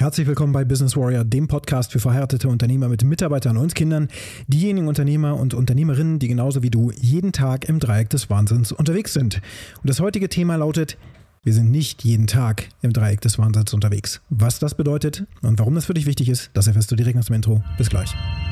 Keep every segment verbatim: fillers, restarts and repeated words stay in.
Herzlich willkommen bei Business Warrior, dem Podcast für verheiratete Unternehmer mit Mitarbeitern und Kindern. Diejenigen Unternehmer und Unternehmerinnen, die genauso wie du jeden Tag im Dreieck des Wahnsinns unterwegs sind. Und das heutige Thema lautet: Wir sind nicht jeden Tag im Dreieck des Wahnsinns unterwegs. Was das bedeutet und warum das für dich wichtig ist, das erfährst du direkt nach dem Intro. Bis gleich.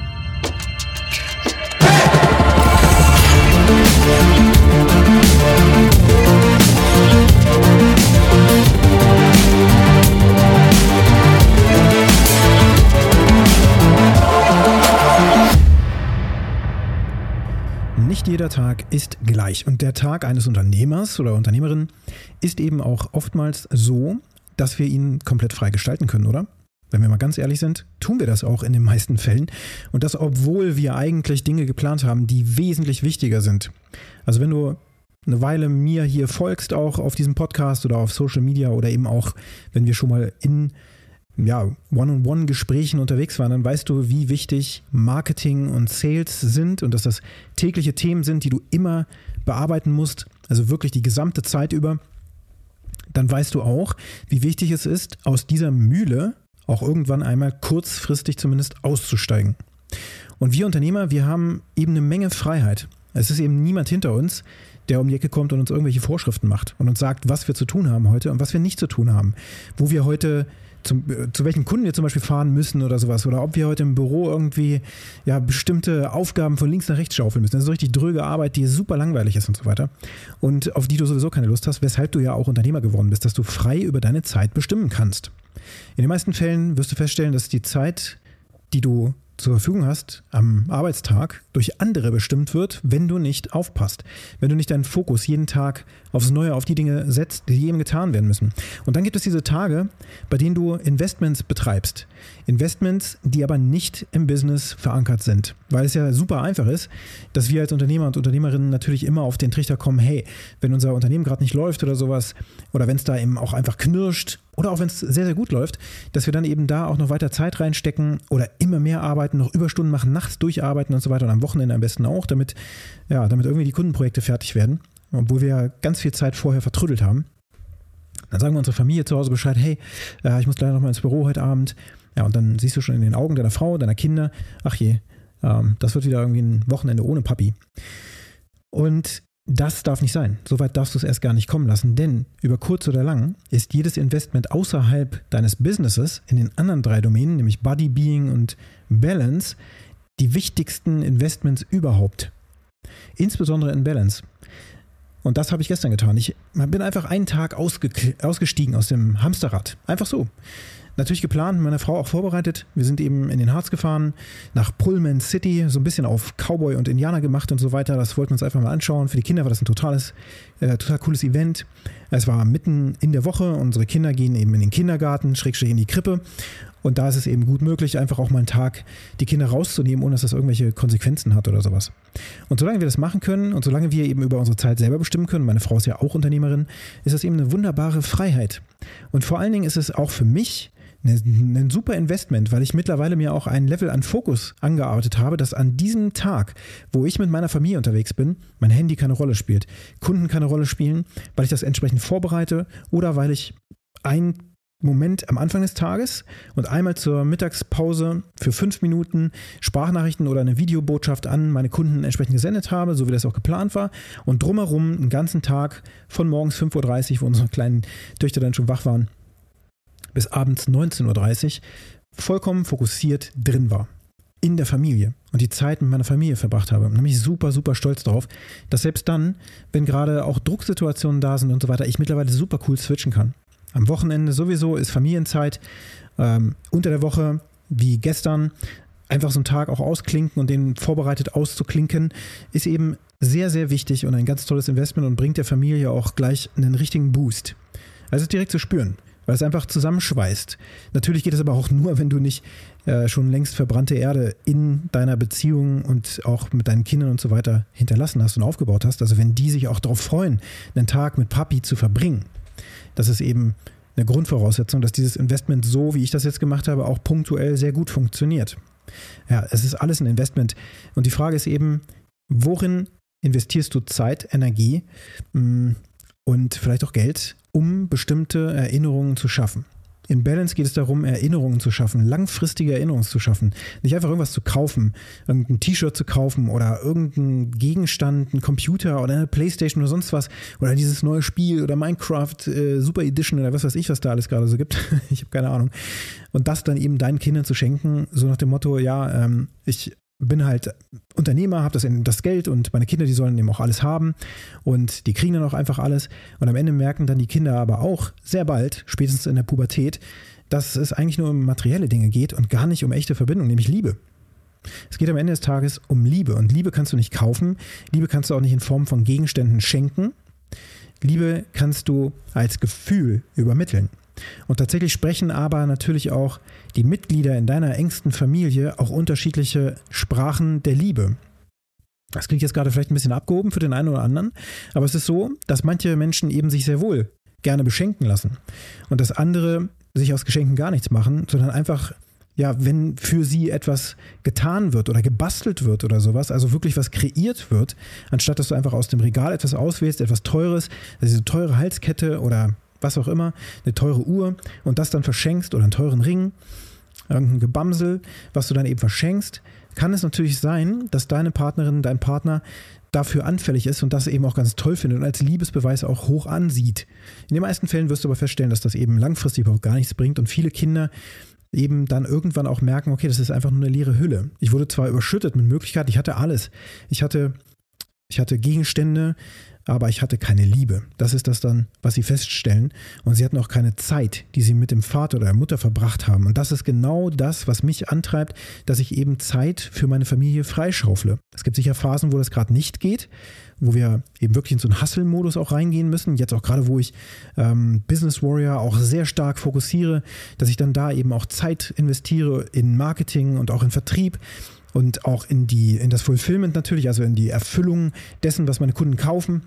Nicht jeder Tag ist gleich und der Tag eines Unternehmers oder Unternehmerin ist eben auch oftmals so, dass wir ihn komplett frei gestalten können, oder? Wenn wir mal ganz ehrlich sind, tun wir das auch in den meisten Fällen und das, obwohl wir eigentlich Dinge geplant haben, die wesentlich wichtiger sind. Also wenn du eine Weile mir hier folgst, auch auf diesem Podcast oder auf Social Media oder eben auch, wenn wir schon mal in ja, One-on-One-Gesprächen unterwegs waren, dann weißt du, wie wichtig Marketing und Sales sind und dass das tägliche Themen sind, die du immer bearbeiten musst, also wirklich die gesamte Zeit über. Dann weißt du auch, wie wichtig es ist, aus dieser Mühle auch irgendwann einmal kurzfristig zumindest auszusteigen. Und wir Unternehmer, wir haben eben eine Menge Freiheit. Es ist eben niemand hinter uns, der um die Ecke kommt und uns irgendwelche Vorschriften macht und uns sagt, was wir zu tun haben heute und was wir nicht zu tun haben. Wo wir heute Zum, zu welchen Kunden wir zum Beispiel fahren müssen oder sowas. Oder ob wir heute im Büro irgendwie ja, bestimmte Aufgaben von links nach rechts schaufeln müssen. Das ist so richtig dröge Arbeit, die super langweilig ist und so weiter. Und auf die du sowieso keine Lust hast, weshalb du ja auch Unternehmer geworden bist, dass du frei über deine Zeit bestimmen kannst. In den meisten Fällen wirst du feststellen, dass die Zeit, die du zur Verfügung hast am Arbeitstag, durch andere bestimmt wird, wenn du nicht aufpasst. Wenn du nicht deinen Fokus jeden Tag aufs Neue, auf die Dinge setzt, die eben getan werden müssen. Und dann gibt es diese Tage, bei denen du Investments betreibst. Investments, die aber nicht im Business verankert sind. Weil es ja super einfach ist, dass wir als Unternehmer und Unternehmerinnen natürlich immer auf den Trichter kommen, hey, wenn unser Unternehmen gerade nicht läuft oder sowas, oder wenn es da eben auch einfach knirscht, oder auch wenn es sehr, sehr gut läuft, dass wir dann eben da auch noch weiter Zeit reinstecken oder immer mehr arbeiten, noch Überstunden machen, nachts durcharbeiten und so weiter und am Wochenende am besten auch, damit, ja, damit irgendwie die Kundenprojekte fertig werden, obwohl wir ja ganz viel Zeit vorher vertrödelt haben. Dann sagen wir unserer Familie zu Hause Bescheid, hey, äh, ich muss leider noch mal ins Büro heute Abend. Ja, und dann siehst du schon in den Augen deiner Frau, deiner Kinder, ach je, ähm, das wird wieder irgendwie ein Wochenende ohne Papi. Und das darf nicht sein. Soweit darfst du es erst gar nicht kommen lassen, denn über kurz oder lang ist jedes Investment außerhalb deines Businesses in den anderen drei Domänen, nämlich Body, Being und Balance, die wichtigsten Investments überhaupt. Insbesondere in Balance. Und das habe ich gestern getan. Ich bin einfach einen Tag ausge- ausgestiegen aus dem Hamsterrad. Einfach so. Natürlich geplant, mit meiner Frau auch vorbereitet. Wir sind eben in den Harz gefahren, nach Pullman City, so ein bisschen auf Cowboy und Indianer gemacht und so weiter. Das wollten wir uns einfach mal anschauen. Für die Kinder war das ein totales, äh, total cooles Event. Es war mitten in der Woche. Unsere Kinder gehen eben in den Kindergarten, Schrägstrich in die Krippe. Und da ist es eben gut möglich, einfach auch mal einen Tag die Kinder rauszunehmen, ohne dass das irgendwelche Konsequenzen hat oder sowas. Und solange wir das machen können und solange wir eben über unsere Zeit selber bestimmen können, meine Frau ist ja auch Unternehmerin, ist das eben eine wunderbare Freiheit. Und vor allen Dingen ist es auch für mich ein super Investment, weil ich mittlerweile mir auch ein Level an Fokus angearbeitet habe, dass an diesem Tag, wo ich mit meiner Familie unterwegs bin, mein Handy keine Rolle spielt, Kunden keine Rolle spielen, weil ich das entsprechend vorbereite oder weil ich einen Moment am Anfang des Tages und einmal zur Mittagspause für fünf Minuten Sprachnachrichten oder eine Videobotschaft an meine Kunden entsprechend gesendet habe, so wie das auch geplant war, und drumherum einen ganzen Tag von morgens fünf Uhr dreißig, wo unsere kleinen Töchter dann schon wach waren, bis abends neunzehn Uhr dreißig vollkommen fokussiert drin war. In der Familie und die Zeit mit meiner Familie verbracht habe. Und da bin ich super, super stolz drauf, dass selbst dann, wenn gerade auch Drucksituationen da sind und so weiter, ich mittlerweile super cool switchen kann. Am Wochenende sowieso ist Familienzeit, ähm, unter der Woche, wie gestern, einfach so einen Tag auch ausklinken und den vorbereitet auszuklinken, ist eben sehr, sehr wichtig und ein ganz tolles Investment und bringt der Familie auch gleich einen richtigen Boost. Also direkt zu spüren, weil es einfach zusammenschweißt. Natürlich geht es aber auch nur, wenn du nicht äh, schon längst verbrannte Erde in deiner Beziehung und auch mit deinen Kindern und so weiter hinterlassen hast und aufgebaut hast. Also wenn die sich auch darauf freuen, einen Tag mit Papi zu verbringen. Das ist eben eine Grundvoraussetzung, dass dieses Investment so, wie ich das jetzt gemacht habe, auch punktuell sehr gut funktioniert. Ja, es ist alles ein Investment. Und die Frage ist eben, worin investierst du Zeit, Energie mh, und vielleicht auch Geld, um bestimmte Erinnerungen zu schaffen? In Balance geht es darum, Erinnerungen zu schaffen, langfristige Erinnerungen zu schaffen. Nicht einfach irgendwas zu kaufen, irgendein T-Shirt zu kaufen oder irgendein Gegenstand, ein Computer oder eine Playstation oder sonst was oder dieses neue Spiel oder Minecraft äh, Super Edition oder was weiß ich, was da alles gerade so gibt. Ich habe keine Ahnung. Und das dann eben deinen Kindern zu schenken, so nach dem Motto, ja, ähm, ich bin halt Unternehmer, habe das, das Geld und meine Kinder, die sollen eben auch alles haben und die kriegen dann auch einfach alles und am Ende merken dann die Kinder aber auch sehr bald, spätestens in der Pubertät, dass es eigentlich nur um materielle Dinge geht und gar nicht um echte Verbindung, nämlich Liebe. Es geht am Ende des Tages um Liebe und Liebe kannst du nicht kaufen, Liebe kannst du auch nicht in Form von Gegenständen schenken, Liebe kannst du als Gefühl übermitteln. Und tatsächlich sprechen aber natürlich auch die Mitglieder in deiner engsten Familie auch unterschiedliche Sprachen der Liebe. Das klingt jetzt gerade vielleicht ein bisschen abgehoben für den einen oder anderen, aber es ist so, dass manche Menschen eben sich sehr wohl gerne beschenken lassen und dass andere sich aus Geschenken gar nichts machen, sondern einfach, ja, wenn für sie etwas getan wird oder gebastelt wird oder sowas, also wirklich was kreiert wird, anstatt dass du einfach aus dem Regal etwas auswählst, etwas Teures, also diese teure Halskette oder was auch immer, eine teure Uhr und das dann verschenkst oder einen teuren Ring, irgendein Gebamsel, was du dann eben verschenkst, kann es natürlich sein, dass deine Partnerin, dein Partner dafür anfällig ist und das eben auch ganz toll findet und als Liebesbeweis auch hoch ansieht. In den meisten Fällen wirst du aber feststellen, dass das eben langfristig überhaupt gar nichts bringt und viele Kinder eben dann irgendwann auch merken, okay, das ist einfach nur eine leere Hülle. Ich wurde zwar überschüttet mit Möglichkeiten, ich hatte alles. Ich hatte, ich hatte Gegenstände, aber ich hatte keine Liebe. Das ist das dann, was sie feststellen. Und sie hatten auch keine Zeit, die sie mit dem Vater oder der Mutter verbracht haben. Und das ist genau das, was mich antreibt, dass ich eben Zeit für meine Familie freischaufle. Es gibt sicher Phasen, wo das gerade nicht geht, wo wir eben wirklich in so einen Hustle-Modus auch reingehen müssen. Jetzt auch gerade, wo ich ähm, Business Warrior auch sehr stark fokussiere, dass ich dann da eben auch Zeit investiere in Marketing und auch in Vertrieb. Und auch in die, in das Fulfillment natürlich, also in die Erfüllung dessen, was meine Kunden kaufen.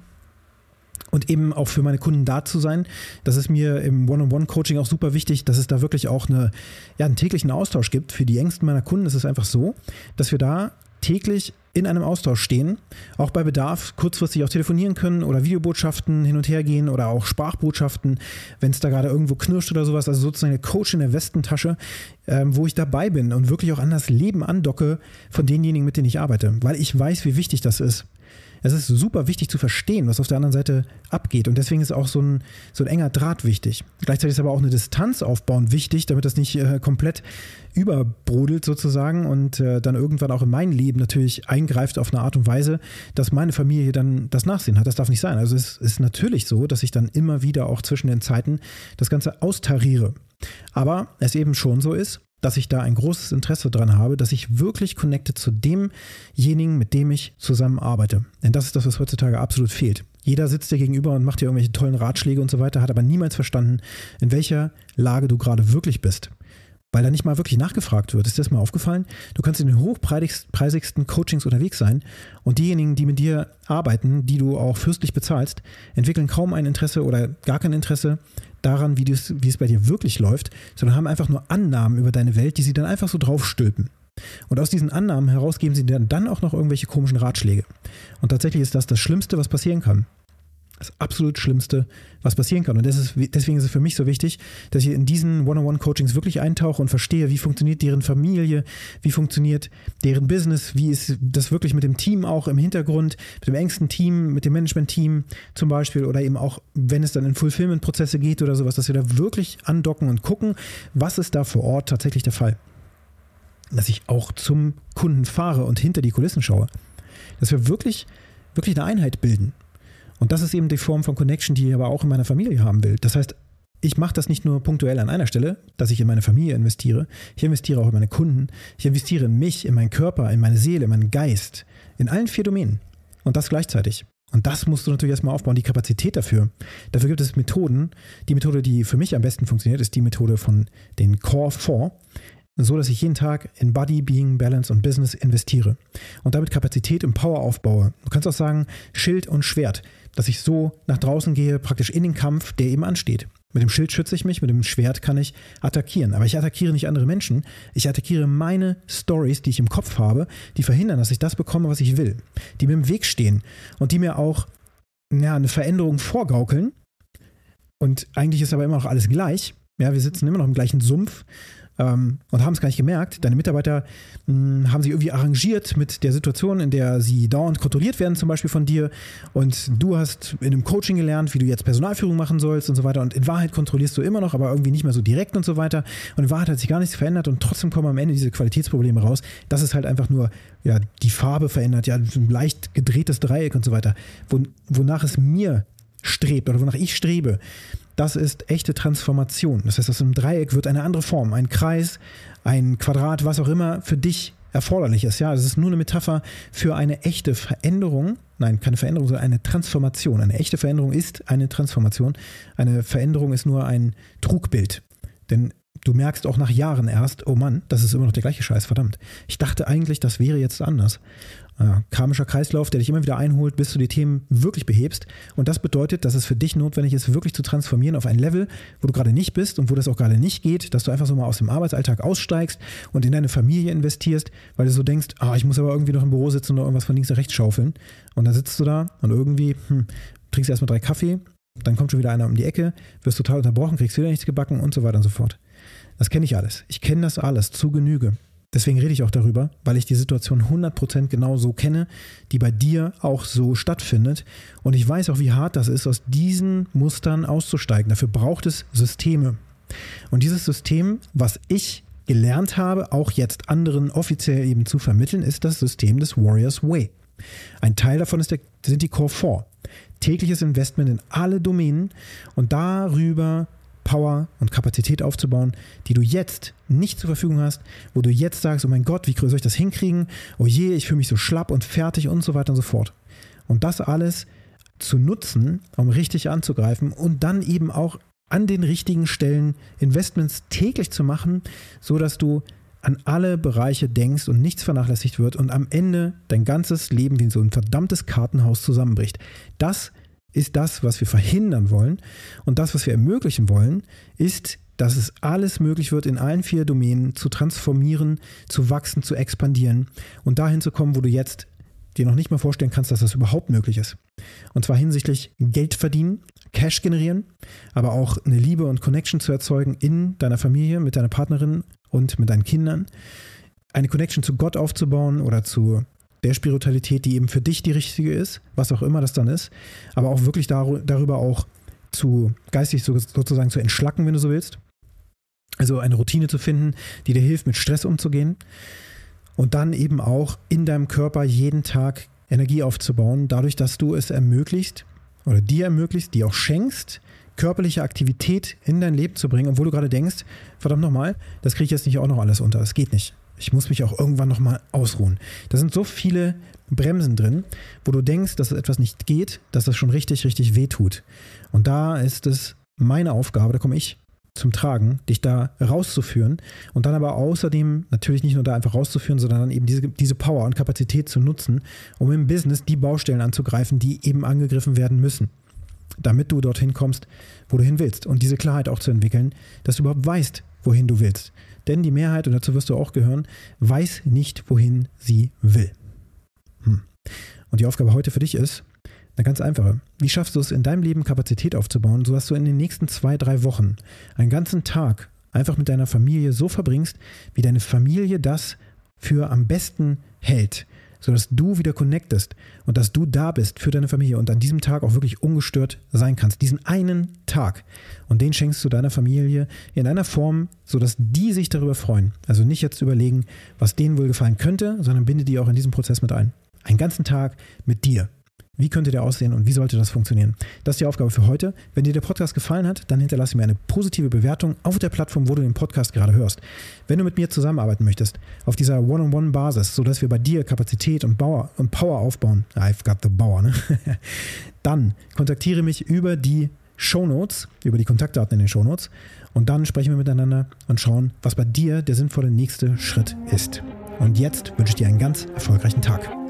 Und eben auch für meine Kunden da zu sein. Das ist mir im One-on-One-Coaching auch super wichtig, dass es da wirklich auch eine, ja, einen täglichen Austausch gibt. Für die Ängsten meiner Kunden ist es einfach so, dass wir da täglich in einem Austausch stehen, auch bei Bedarf kurzfristig auch telefonieren können oder Videobotschaften hin und her gehen oder auch Sprachbotschaften, wenn es da gerade irgendwo knirscht oder sowas, also sozusagen eine Coach in der Westentasche, ähm, wo ich dabei bin und wirklich auch an das Leben andocke von denjenigen, mit denen ich arbeite, weil ich weiß, wie wichtig das ist. Es ist super wichtig zu verstehen, was auf der anderen Seite abgeht und deswegen ist auch so ein, so ein enger Draht wichtig. Gleichzeitig ist aber auch eine Distanz aufbauen wichtig, damit das nicht äh, komplett überbrodelt sozusagen und äh, dann irgendwann auch in mein Leben natürlich eingreift auf eine Art und Weise, dass meine Familie dann das Nachsehen hat. Das darf nicht sein. Also es ist natürlich so, dass ich dann immer wieder auch zwischen den Zeiten das Ganze austariere. Aber es eben schon so ist, dass ich da ein großes Interesse dran habe, dass ich wirklich connecte zu demjenigen, mit dem ich zusammenarbeite. Denn das ist das, was heutzutage absolut fehlt. Jeder sitzt dir gegenüber und macht dir irgendwelche tollen Ratschläge und so weiter, hat aber niemals verstanden, in welcher Lage du gerade wirklich bist. Weil da nicht mal wirklich nachgefragt wird. Ist dir das mal aufgefallen? Du kannst in den hochpreisigsten Coachings unterwegs sein und diejenigen, die mit dir arbeiten, die du auch fürstlich bezahlst, entwickeln kaum ein Interesse oder gar kein Interesse daran, wie es, wie es bei dir wirklich läuft, sondern haben einfach nur Annahmen über deine Welt, die sie dann einfach so draufstülpen. Und aus diesen Annahmen heraus geben sie dir dann auch noch irgendwelche komischen Ratschläge. Und tatsächlich ist das das Schlimmste, was passieren kann. Das absolut Schlimmste, was passieren kann. Und das ist, deswegen ist es für mich so wichtig, dass ich in diesen One-on-One-Coachings wirklich eintauche und verstehe, wie funktioniert deren Familie, wie funktioniert deren Business, wie ist das wirklich mit dem Team auch im Hintergrund, mit dem engsten Team, mit dem Management-Team zum Beispiel oder eben auch, wenn es dann in Fulfillment-Prozesse geht oder sowas, dass wir da wirklich andocken und gucken, was ist da vor Ort tatsächlich der Fall. Dass ich auch zum Kunden fahre und hinter die Kulissen schaue. Dass wir wirklich, wirklich eine Einheit bilden. Und das ist eben die Form von Connection, die ich aber auch in meiner Familie haben will. Das heißt, ich mache das nicht nur punktuell an einer Stelle, dass ich in meine Familie investiere. Ich investiere auch in meine Kunden. Ich investiere in mich, in meinen Körper, in meine Seele, in meinen Geist. In allen vier Domänen. Und das gleichzeitig. Und das musst du natürlich erstmal aufbauen, die Kapazität dafür. Dafür gibt es Methoden. Die Methode, die für mich am besten funktioniert, ist die Methode von den Core vier. So, dass ich jeden Tag in Body, Being, Balance und Business investiere und damit Kapazität und Power aufbaue. Du kannst auch sagen, Schild und Schwert, dass ich so nach draußen gehe, praktisch in den Kampf, der eben ansteht. Mit dem Schild schütze ich mich, mit dem Schwert kann ich attackieren. Aber ich attackiere nicht andere Menschen, ich attackiere meine Stories, die ich im Kopf habe, die verhindern, dass ich das bekomme, was ich will. Die mir im Weg stehen und die mir auch ja, eine Veränderung vorgaukeln. Und eigentlich ist aber immer noch alles gleich. Ja, wir sitzen immer noch im gleichen Sumpf ähm, und haben es gar nicht gemerkt. Deine Mitarbeiter mh, haben sich irgendwie arrangiert mit der Situation, in der sie dauernd kontrolliert werden, zum Beispiel von dir. Und du hast in einem Coaching gelernt, wie du jetzt Personalführung machen sollst und so weiter. Und in Wahrheit kontrollierst du immer noch, aber irgendwie nicht mehr so direkt und so weiter. Und in Wahrheit hat sich gar nichts verändert und trotzdem kommen am Ende diese Qualitätsprobleme raus. Das ist halt einfach nur ja, die Farbe verändert, ja, ein leicht gedrehtes Dreieck und so weiter. Wo, wonach es mir strebt oder wonach ich strebe, das ist echte Transformation. Das heißt, aus einem Dreieck wird eine andere Form, ein Kreis, ein Quadrat, was auch immer für dich erforderlich ist. Ja, das ist nur eine Metapher für eine echte Veränderung. Nein, keine Veränderung, sondern eine Transformation. Eine echte Veränderung ist eine Transformation. Eine Veränderung ist nur ein Trugbild. Denn du merkst auch nach Jahren erst, oh Mann, das ist immer noch der gleiche Scheiß, verdammt. Ich dachte eigentlich, das wäre jetzt anders. Äh, karmischer Kreislauf, der dich immer wieder einholt, bis du die Themen wirklich behebst. Und das bedeutet, dass es für dich notwendig ist, wirklich zu transformieren auf ein Level, wo du gerade nicht bist und wo das auch gerade nicht geht, dass du einfach so mal aus dem Arbeitsalltag aussteigst und in deine Familie investierst, weil du so denkst, ah, ich muss aber irgendwie noch im Büro sitzen und noch irgendwas von links nach rechts schaufeln. Und dann sitzt du da und irgendwie hm, trinkst erstmal drei Kaffee, dann kommt schon wieder einer um die Ecke, wirst total unterbrochen, kriegst wieder nichts gebacken und so weiter und so fort. Das kenne ich alles. Ich kenne das alles zu Genüge. Deswegen rede ich auch darüber, weil ich die Situation hundert Prozent genau so kenne, die bei dir auch so stattfindet. Und ich weiß auch, wie hart das ist, aus diesen Mustern auszusteigen. Dafür braucht es Systeme. Und dieses System, was ich gelernt habe, auch jetzt anderen offiziell eben zu vermitteln, ist das System des Warriors Way. Ein Teil davon ist der, sind die Core vier. Tägliches Investment in alle Domänen und darüber Power und Kapazität aufzubauen, die du jetzt nicht zur Verfügung hast, wo du jetzt sagst, oh mein Gott, wie soll ich das hinkriegen? Oh je, ich fühle mich so schlapp und fertig und so weiter und so fort. Und das alles zu nutzen, um richtig anzugreifen und dann eben auch an den richtigen Stellen Investments täglich zu machen, sodass du an alle Bereiche denkst und nichts vernachlässigt wird und am Ende dein ganzes Leben wie so ein verdammtes Kartenhaus zusammenbricht. Das ist das, was wir verhindern wollen. Und das, was wir ermöglichen wollen, ist, dass es alles möglich wird, in allen vier Domänen zu transformieren, zu wachsen, zu expandieren und dahin zu kommen, wo du jetzt dir noch nicht mal vorstellen kannst, dass das überhaupt möglich ist. Und zwar hinsichtlich Geld verdienen, Cash generieren, aber auch eine Liebe und Connection zu erzeugen in deiner Familie, mit deiner Partnerin und mit deinen Kindern. Eine Connection zu Gott aufzubauen oder zu der Spiritualität, die eben für dich die richtige ist, was auch immer das dann ist, aber auch wirklich dar- darüber auch zu geistig so, sozusagen zu entschlacken, wenn du so willst. Also eine Routine zu finden, die dir hilft, mit Stress umzugehen und dann eben auch in deinem Körper jeden Tag Energie aufzubauen, dadurch, dass du es ermöglicht oder dir ermöglicht, die auch schenkst, körperliche Aktivität in dein Leben zu bringen, obwohl du gerade denkst, verdammt nochmal, das kriege ich jetzt nicht auch noch alles unter, das geht nicht. Ich muss mich auch irgendwann nochmal ausruhen. Da sind so viele Bremsen drin, wo du denkst, dass etwas nicht geht, dass das schon richtig, richtig weh tut. Und da ist es meine Aufgabe, da komme ich zum Tragen, dich da rauszuführen und dann aber außerdem natürlich nicht nur da einfach rauszuführen, sondern dann eben diese, diese Power und Kapazität zu nutzen, um im Business die Baustellen anzugreifen, die eben angegriffen werden müssen, damit du dorthin kommst, wo du hin willst und diese Klarheit auch zu entwickeln, dass du überhaupt weißt, wohin du willst. Denn die Mehrheit, und dazu wirst du auch gehören, weiß nicht, wohin sie will. Hm. Und die Aufgabe heute für dich ist eine ganz einfache. Wie schaffst du es, in deinem Leben Kapazität aufzubauen, sodass du in den nächsten zwei, drei Wochen einen ganzen Tag einfach mit deiner Familie so verbringst, wie deine Familie das für am besten hält, sodass du wieder connectest und dass du da bist für deine Familie und an diesem Tag auch wirklich ungestört sein kannst. Diesen einen Tag. Und den schenkst du deiner Familie in einer Form, sodass die sich darüber freuen. Also nicht jetzt überlegen, was denen wohl gefallen könnte, sondern binde die auch in diesen Prozess mit ein. Einen ganzen Tag mit dir. Wie könnte der aussehen und wie sollte das funktionieren? Das ist die Aufgabe für heute. Wenn dir der Podcast gefallen hat, dann hinterlasse mir eine positive Bewertung auf der Plattform, wo du den Podcast gerade hörst. Wenn du mit mir zusammenarbeiten möchtest, auf dieser One-on-One-Basis, sodass wir bei dir Kapazität und Power, und Power aufbauen, I've got the Power, ne? Dann kontaktiere mich über die Shownotes, über die Kontaktdaten in den Shownotes und dann sprechen wir miteinander und schauen, was bei dir der sinnvolle nächste Schritt ist. Und jetzt wünsche ich dir einen ganz erfolgreichen Tag.